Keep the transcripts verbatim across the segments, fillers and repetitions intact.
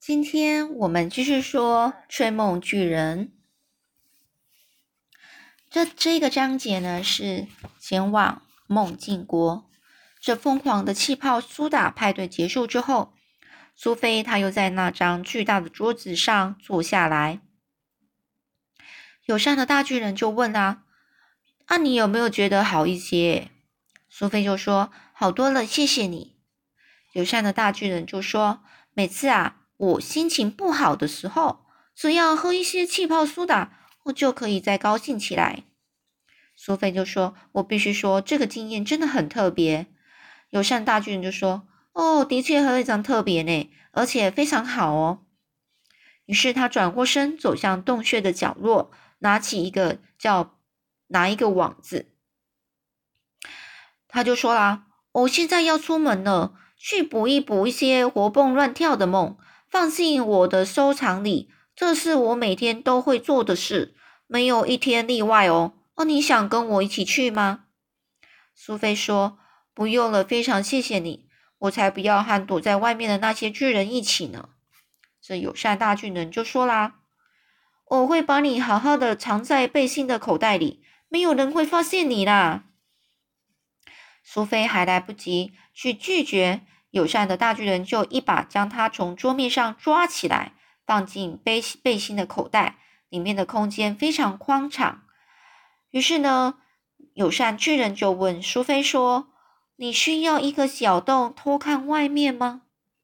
今天我们继续说追梦巨人。这这个章节呢是前往梦境国。这疯狂的气泡苏打派对结束之后，苏菲她又在那张巨大的桌子上坐下来。友善的大巨人就问啊，啊你有没有觉得好一些？苏菲就说好多了，谢谢你。友善的大巨人就说，每次啊我心情不好的时候，只要喝一些气泡苏打，我就可以再高兴起来。苏菲就说，我必须说这个经验真的很特别。友善大巨人就说，哦，的确非常特别呢，而且非常好哦。于是他转过身走向洞穴的角落，拿起一个叫拿一个网子。他就说啦，我现在要出门了，去补一补一些活蹦乱跳的梦，放进我的收藏里。这是我每天都会做的事，没有一天例外哦。哦，你想跟我一起去吗？苏菲说，不用了，非常谢谢你，我才不要和躲在外面的那些巨人一起呢。这友善大巨人就说啦，我会把你好好的藏在背心的口袋里，没有人会发现你啦。苏菲还来不及去拒绝，友善的大巨人就一把将他从桌面上抓起来，放进背背心的口袋，里面的空间非常宽敞。于是呢，友善巨人就问苏菲说，你需要一个小洞偷看外面吗？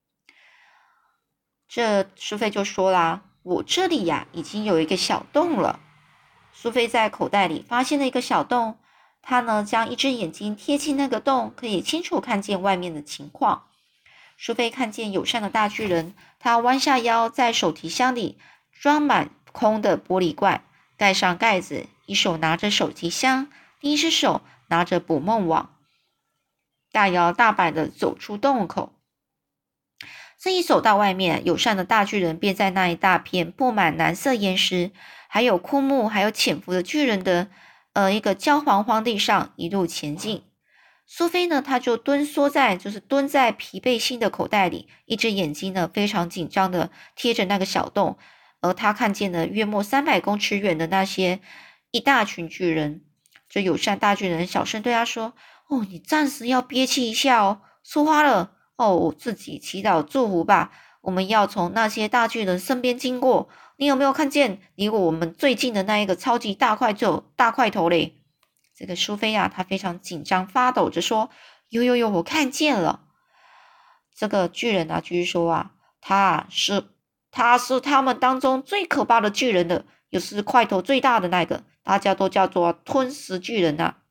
这苏菲就说啦，我这里呀已经有一个小洞了。苏菲在口袋里发现了一个小洞，她呢将一只眼睛贴近那个洞，可以清楚看见外面的情况。苏菲看见友善的大巨人，他弯下腰，在手提箱里装满空的玻璃罐，盖上盖子，一手拿着手提箱，另一只手拿着捕梦网，大摇大摆地走出洞口。这一走到外面，友善的大巨人便在那一大片布满蓝色岩石，还有枯木，还有潜伏的巨人的呃一个焦黄荒地上一路前进。苏菲呢，她就蹲缩在，就是蹲在疲惫心的口袋里，一只眼睛呢非常紧张的贴着那个小洞，而她看见了约莫三百公尺远的那些一大群巨人。这友善大巨人小声对他说：“哦，你暂时要憋气一下哦，说话了。”哦，自己祈祷祝福吧。我们要从那些大巨人身边经过，你有没有看见离我们最近的那一个超级大块头大块头嘞？这个苏菲啊，她非常紧张发抖着说：“有有有，我看见了。”这个巨人啊，继续说啊，他是他是他们当中最可怕的巨人了，也是块头最大的那个，大家都叫做吞食巨人啊。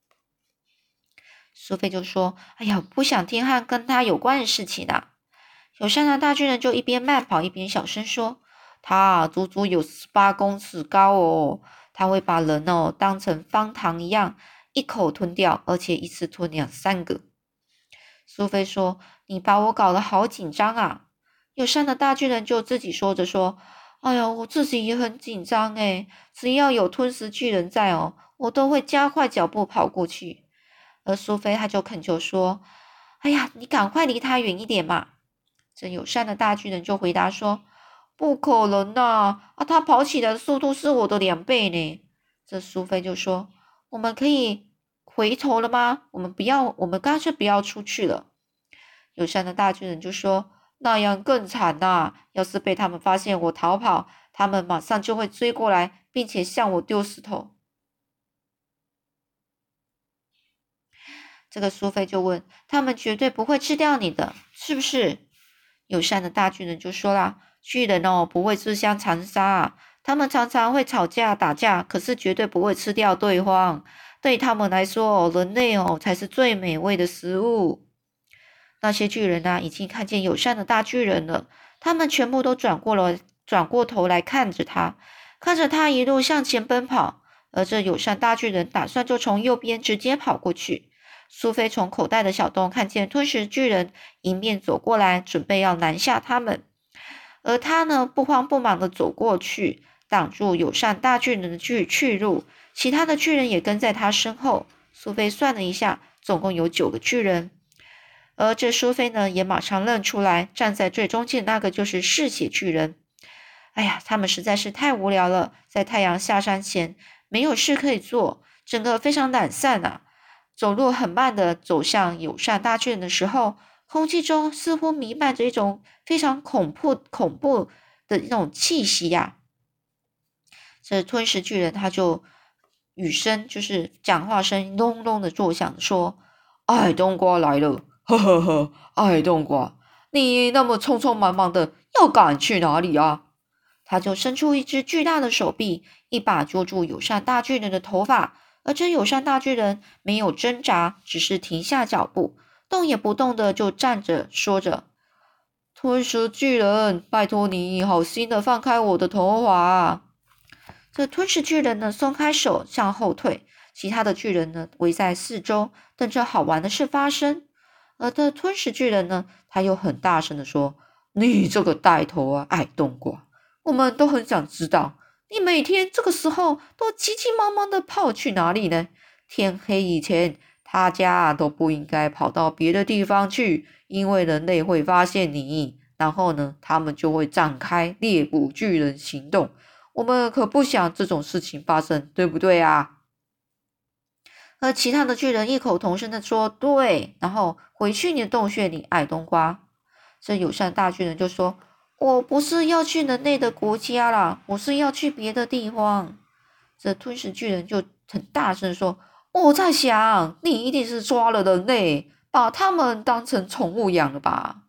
苏菲就说：“哎呀，不想听和跟他有关的事情啊。”友善的大巨人就一边慢跑一边小声说：“他啊，足足有十八公尺高哦，他会把人哦当成方糖一样一口吞掉，而且一次吞两三个。”苏菲说：“你把我搞得好紧张啊！”友善的大巨人就自己说着说：“哎呀，我自己也很紧张诶，只要有吞食巨人在哦，我都会加快脚步跑过去。”而苏菲她就恳求说：“哎呀，你赶快离他远一点嘛！”这友善的大巨人就回答说：“不可能啊！啊，他跑起来的速度是我的两倍呢。”这苏菲就说：“我们可以回头了吗？我们不要，我们干脆不要出去了。”友善的大巨人就说：“那样更惨呐！要是被他们发现我逃跑，他们马上就会追过来，并且向我丢石头。”这个苏菲就问：“他们绝对不会吃掉你的，是不是？”友善的大巨人就说啦：“巨人哦，不会自相残杀啊，他们常常会吵架打架，可是绝对不会吃掉对方。对他们来说哦，人类哦才是最美味的食物。”那些巨人啊，已经看见友善的大巨人了，他们全部都转过了，转过头来看着他，看着他一路向前奔跑。而这友善大巨人打算就从右边直接跑过去。苏菲从口袋的小洞看见吞食巨人迎面走过来，准备要拦下他们。而他呢，不慌不忙地走过去，挡住友善大巨人的去去路。其他的巨人也跟在他身后。苏菲算了一下，总共有九个巨人。 而这苏菲呢，也马上认出来，站在最中间的那个就是嗜血巨人。哎呀，他们实在是太无聊了，在太阳下山前没有事可以做，整个非常懒散啊。走路很慢的走向友善大巨人的时候，空气中似乎弥漫着一种非常恐怖、恐怖的一种气息呀、啊。这吞食巨人他就语声就是讲话声隆隆的作响，说：“爱冬瓜来了，呵呵呵，爱冬瓜，你那么匆匆忙忙的要赶去哪里啊？”他就伸出一只巨大的手臂，一把捉住友善大巨人的头发，而这友善大巨人没有挣扎，只是停下脚步，动也不动的就站着，说着：“吞食巨人，拜托你好心的放开我的头发。”这吞噬巨人呢，松开手向后退，其他的巨人呢围在四周，等着好玩的事发生。而这吞噬巨人呢，他又很大声的说：“你这个带头啊，矮冬瓜，我们都很想知道，你每天这个时候都急急忙忙的跑去哪里呢？天黑以前，大家都不应该跑到别的地方去，因为人类会发现你，然后呢，他们就会展开猎捕巨人行动。我们可不想这种事情发生，对不对啊？”而其他的巨人异口同声的说：“对。”然后回去你的洞穴里，矮冬瓜。这友善大巨人就说：“我不是要去人类的国家啦，我是要去别的地方。”这吞噬巨人就很大声说：“我在想，你一定是抓了人类，把他们当成宠物养了吧？”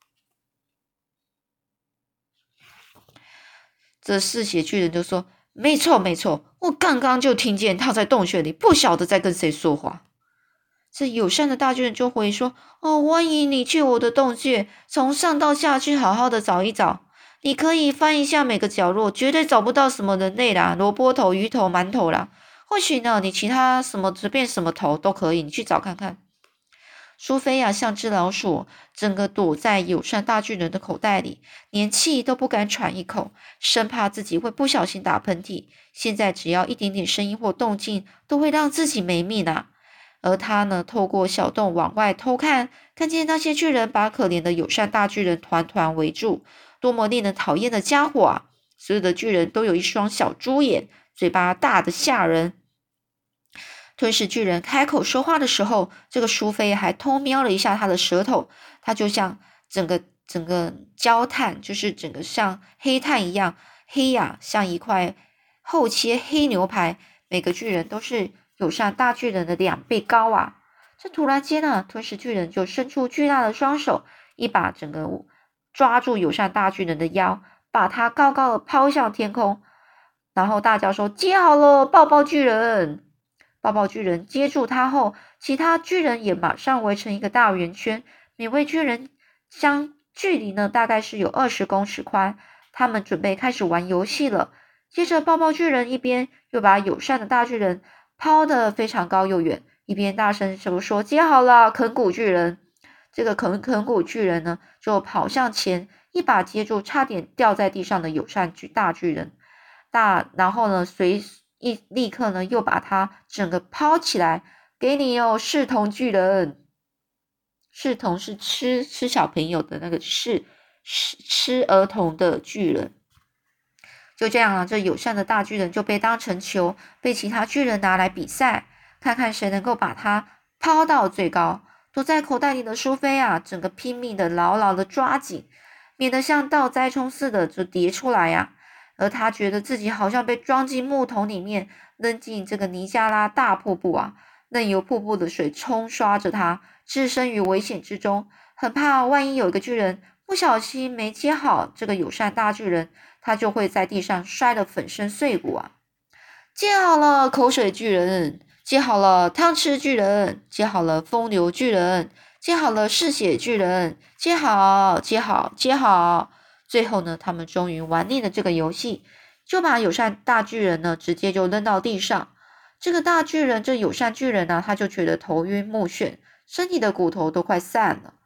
这嗜血巨人就说：“没错，没错，我刚刚就听见他在洞穴里，不晓得在跟谁说话。”这友善的大巨人就回说：“哦，欢迎你去我的洞穴，从上到下去好好的找一找。你可以翻一下每个角落，绝对找不到什么人类啦，萝卜头、鱼头、馒头啦。或许呢，你其他什么随便什么头都可以，你去找看看。”苏菲亚像只老鼠，整个躲在友善大巨人的口袋里，连气都不敢喘一口，生怕自己会不小心打喷嚏。现在只要一点点声音或动静，都会让自己没命啊！而他呢，透过小洞往外偷看，看见那些巨人把可怜的友善大巨人团团围住，多么令人讨厌的家伙啊！所有的巨人都有一双小猪眼，嘴巴大得吓人。吞噬巨人开口说话的时候，这个苏菲还偷瞄了一下他的舌头，他就像整个整个焦炭，就是整个像黑炭一样黑呀、啊，像一块厚切黑牛排。每个巨人都是友善大巨人的两倍高啊！这突然间呢，吞噬巨人就伸出巨大的双手，一把整个抓住友善大巨人的腰，把他高高的抛向天空，然后大叫说：“接好了，抱抱巨人！”抱抱巨人接住他后，其他巨人也马上围成一个大圆圈。每位巨人相距离呢，大概是有二十公尺宽。他们准备开始玩游戏了。接着，抱抱巨人一边又把友善的大巨人抛得非常高又远，一边大声就说：“接好了，啃骨巨人！”这个啃啃骨巨人呢，就跑向前，一把接住差点掉在地上的友善巨大巨人。大，然后呢，随一立刻呢，又把它整个抛起来，给你哦，视同巨人。视同是吃吃小朋友的那个视，吃吃儿童的巨人。就这样啊，这友善的大巨人就被当成球，被其他巨人拿来比赛，看看谁能够把它抛到最高。躲在口袋里的苏菲啊，整个拼命的牢牢的抓紧，免得像倒栽葱似的就跌出来呀、啊。而他觉得自己好像被装进木桶里面，扔进这个尼加拉大瀑布啊，任由瀑布的水冲刷着他，置身于危险之中，很怕万一有一个巨人不小心没接好这个友善大巨人，他就会在地上摔得粉身碎骨啊！接好了，口水巨人；接好了，汤匙巨人；接好了，风流巨人；接好了，嗜血巨人；接好，接好，接好。最后呢，他们终于玩腻了这个游戏，就把友善大巨人呢直接就扔到地上。这个大巨人，这友善巨人呢，他就觉得头晕目眩，身体的骨头都快散了。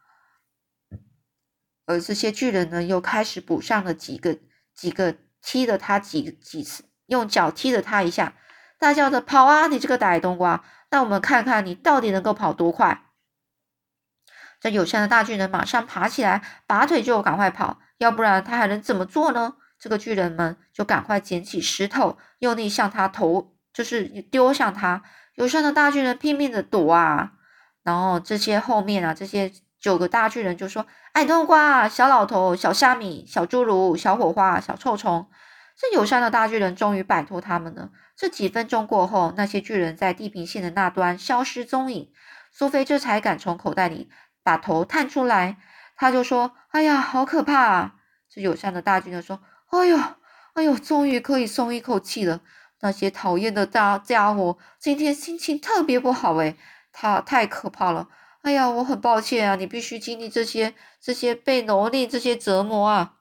而这些巨人呢，又开始补上了几个几个踢了他几几次，用脚踢了他一下，大叫着跑啊，你这个歹冬瓜！那我们看看你到底能够跑多快。 这友善的大巨人马上爬起来，拔腿就赶快跑，要不然他还能怎么做呢？这个巨人们就赶快捡起石头，用力向他投，就是丢向他。友善的大巨人拼命的躲啊，然后这些后面啊，这些九个大巨人就说：“矮冬瓜、小老头、小虾米、小侏儒、小火花、小臭虫。”这友善的大巨人终于摆脱他们了。这几分钟过后，那些巨人在地平线的那端消失踪影。苏菲这才敢从口袋里把头探出来，他就说：“哎呀，好可怕啊！”这友善的大巨人说：“哎呦，哎呦，终于可以松一口气了。那些讨厌的大家伙今天心情特别不好诶，他太可怕了。哎呀，我很抱歉啊，你必须经历这些这些被蹂躏这些折磨啊。”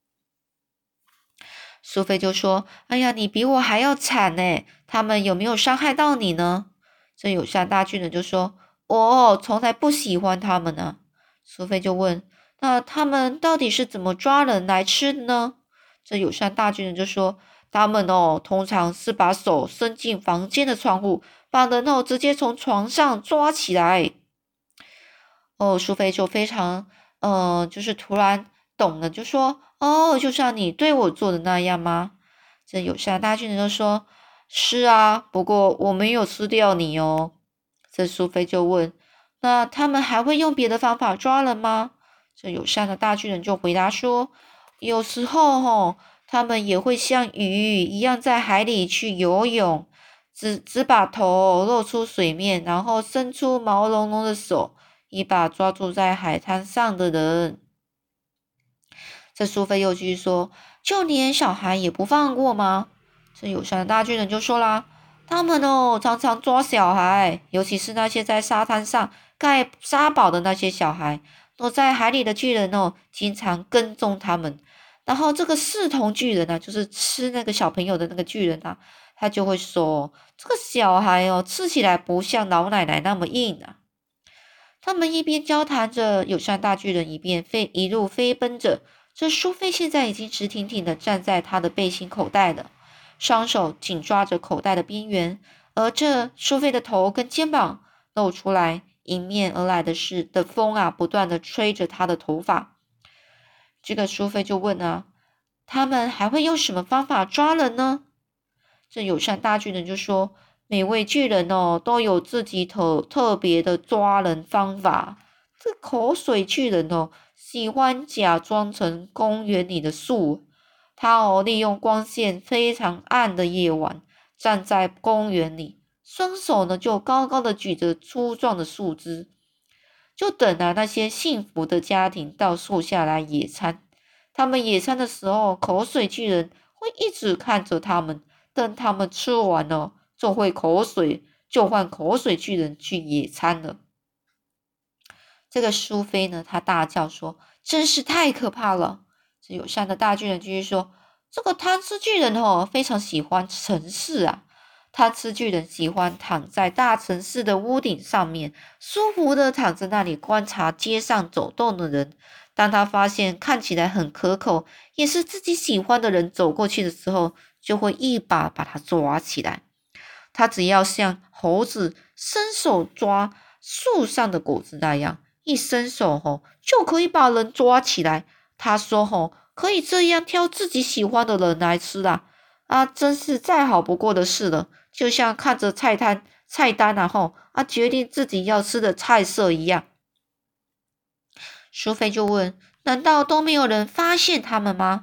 苏菲就说：“哎呀，你比我还要惨呢！他们有没有伤害到你呢？”这友善大巨人就说：“我从来不喜欢他们呢。”苏菲就问：“那他们到底是怎么抓人来吃的呢？”这友善大巨人就说：“他们哦，通常是把手伸进房间的窗户，把人哦直接从床上抓起来。”哦，苏菲就非常，呃，就是突然懂了，就说：“哦，就像你对我做的那样吗？”这友善大巨人就说：“是啊，不过我没有吃掉你哦。”这苏菲就问：“那他们还会用别的方法抓人吗？”这友善的大巨人就回答说：“有时候吼，他们也会像鱼一样在海里去游泳，只只把头露出水面，然后伸出毛茸茸的手。”一把抓住在海滩上的人。这苏菲又继续说：“就连小孩也不放过吗？”这友善的大巨人就说啦：“他们哦，常常抓小孩，尤其是那些在沙滩上盖沙堡的那些小孩。躲在海里的巨人哦，经常跟踪他们。然后这个视同巨人啊，就是吃那个小朋友的那个巨人啊，他就会说：这个小孩哦，吃起来不像老奶奶那么硬啊。”他们一边交谈着，友善大巨人一边飞一路飞奔着。这苏菲现在已经直挺挺的站在他的背心口袋了，双手紧抓着口袋的边缘，而这苏菲的头跟肩膀露出来，迎面而来的是的风啊，不断的吹着她的头发。这个苏菲就问啊，他们还会用什么方法抓人呢？这友善大巨人就说：“每位巨人哦，都有自己特特别的抓人方法。这口水巨人哦，喜欢假装成公园里的树。他哦，利用光线非常暗的夜晚，站在公园里，双手呢就高高的举着粗壮的树枝，就等啊那些幸福的家庭到树下来野餐。他们野餐的时候，口水巨人会一直看着他们。等他们吃完了，就会口水，就换口水巨人去野餐了。”这个苏菲呢，她大叫说：“真是太可怕了！”这友善的大巨人继续说：“这个贪吃巨人哦，非常喜欢城市啊。贪吃巨人喜欢躺在大城市的屋顶上面，舒服的躺在那里观察街上走动的人。当他发现看起来很可口，也是自己喜欢的人走过去的时候，就会一把把他抓起来。他只要像猴子伸手抓树上的果子那样，一伸手吼，就可以把人抓起来。他说吼，可以这样挑自己喜欢的人来吃啦。啊，真是再好不过的事了。就像看着菜单菜单然后啊，决定自己要吃的菜色一样。”苏菲就问：“难道都没有人发现他们吗？”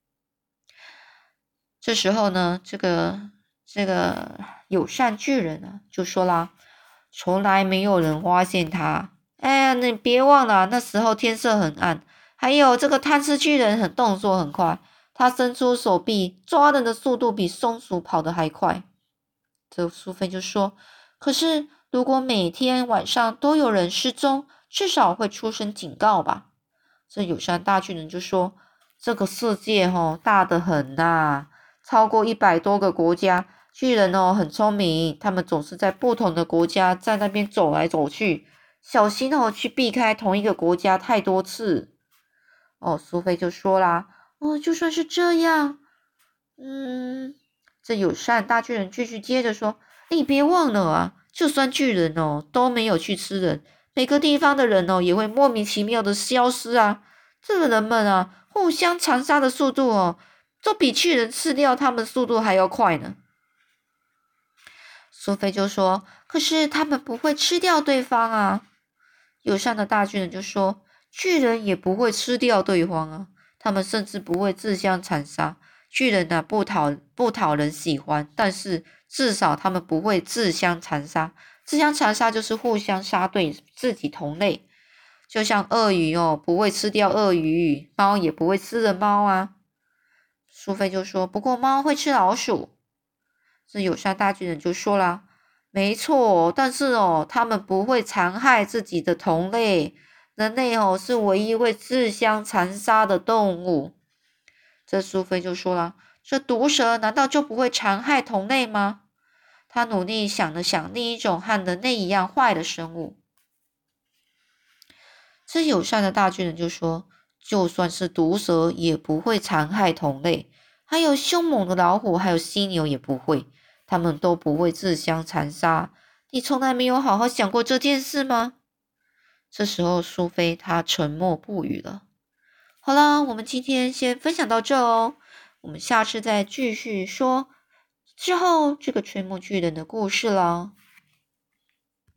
这时候呢，这个这个友善巨人呢就说啦：“从来没有人发现他。哎呀，你别忘了，那时候天色很暗，还有这个贪吃巨人很动作很快，他伸出手臂抓人的速度比松鼠跑得还快。”这苏菲就说：“可是如果每天晚上都有人失踪，至少会出声警告吧？”这友善大巨人就说：“这个世界哦，大得很呐、超过一百多个国家，巨人哦很聪明，他们总是在不同的国家在那边走来走去，小心哦去避开同一个国家太多次。”哦，苏菲就说啦：“哦，就算是这样，嗯。”这友善大巨人继续接着说：“你别忘了啊，就算巨人哦都没有去吃人， 每个地方的人哦也会莫名其妙的消失啊。这个人们啊互相残杀的速度哦，都比巨人吃掉他们速度还要快呢。苏菲就说：“可是他们不会吃掉对方啊。”友善的大巨人就说：“巨人也不会吃掉对方啊，他们甚至不会自相残杀。巨人呢、啊、不讨不讨人喜欢，但是至少他们不会自相残杀。自相残杀就是互相杀对自己同类，就像鳄鱼哦，不会吃掉鳄鱼，猫也不会吃人猫啊。”苏菲就说：“不过猫会吃老鼠。”这友善大巨人就说啦：“没错，但是哦，他们不会残害自己的同类。人类哦是唯一会自相残杀的动物。”这苏菲就说了：“这毒蛇难道就不会残害同类吗？”他努力想了想另一种和人类一样坏的生物。这友善的大巨人就说：“就算是毒蛇也不会残害同类，还有凶猛的老虎，还有犀牛也不会。他们都不会自相残杀，你从来没有好好想过这件事吗？”这时候，苏菲她沉默不语了。好了，我们今天先分享到这哦，我们下次再继续说之后这个吹木巨人的故事了。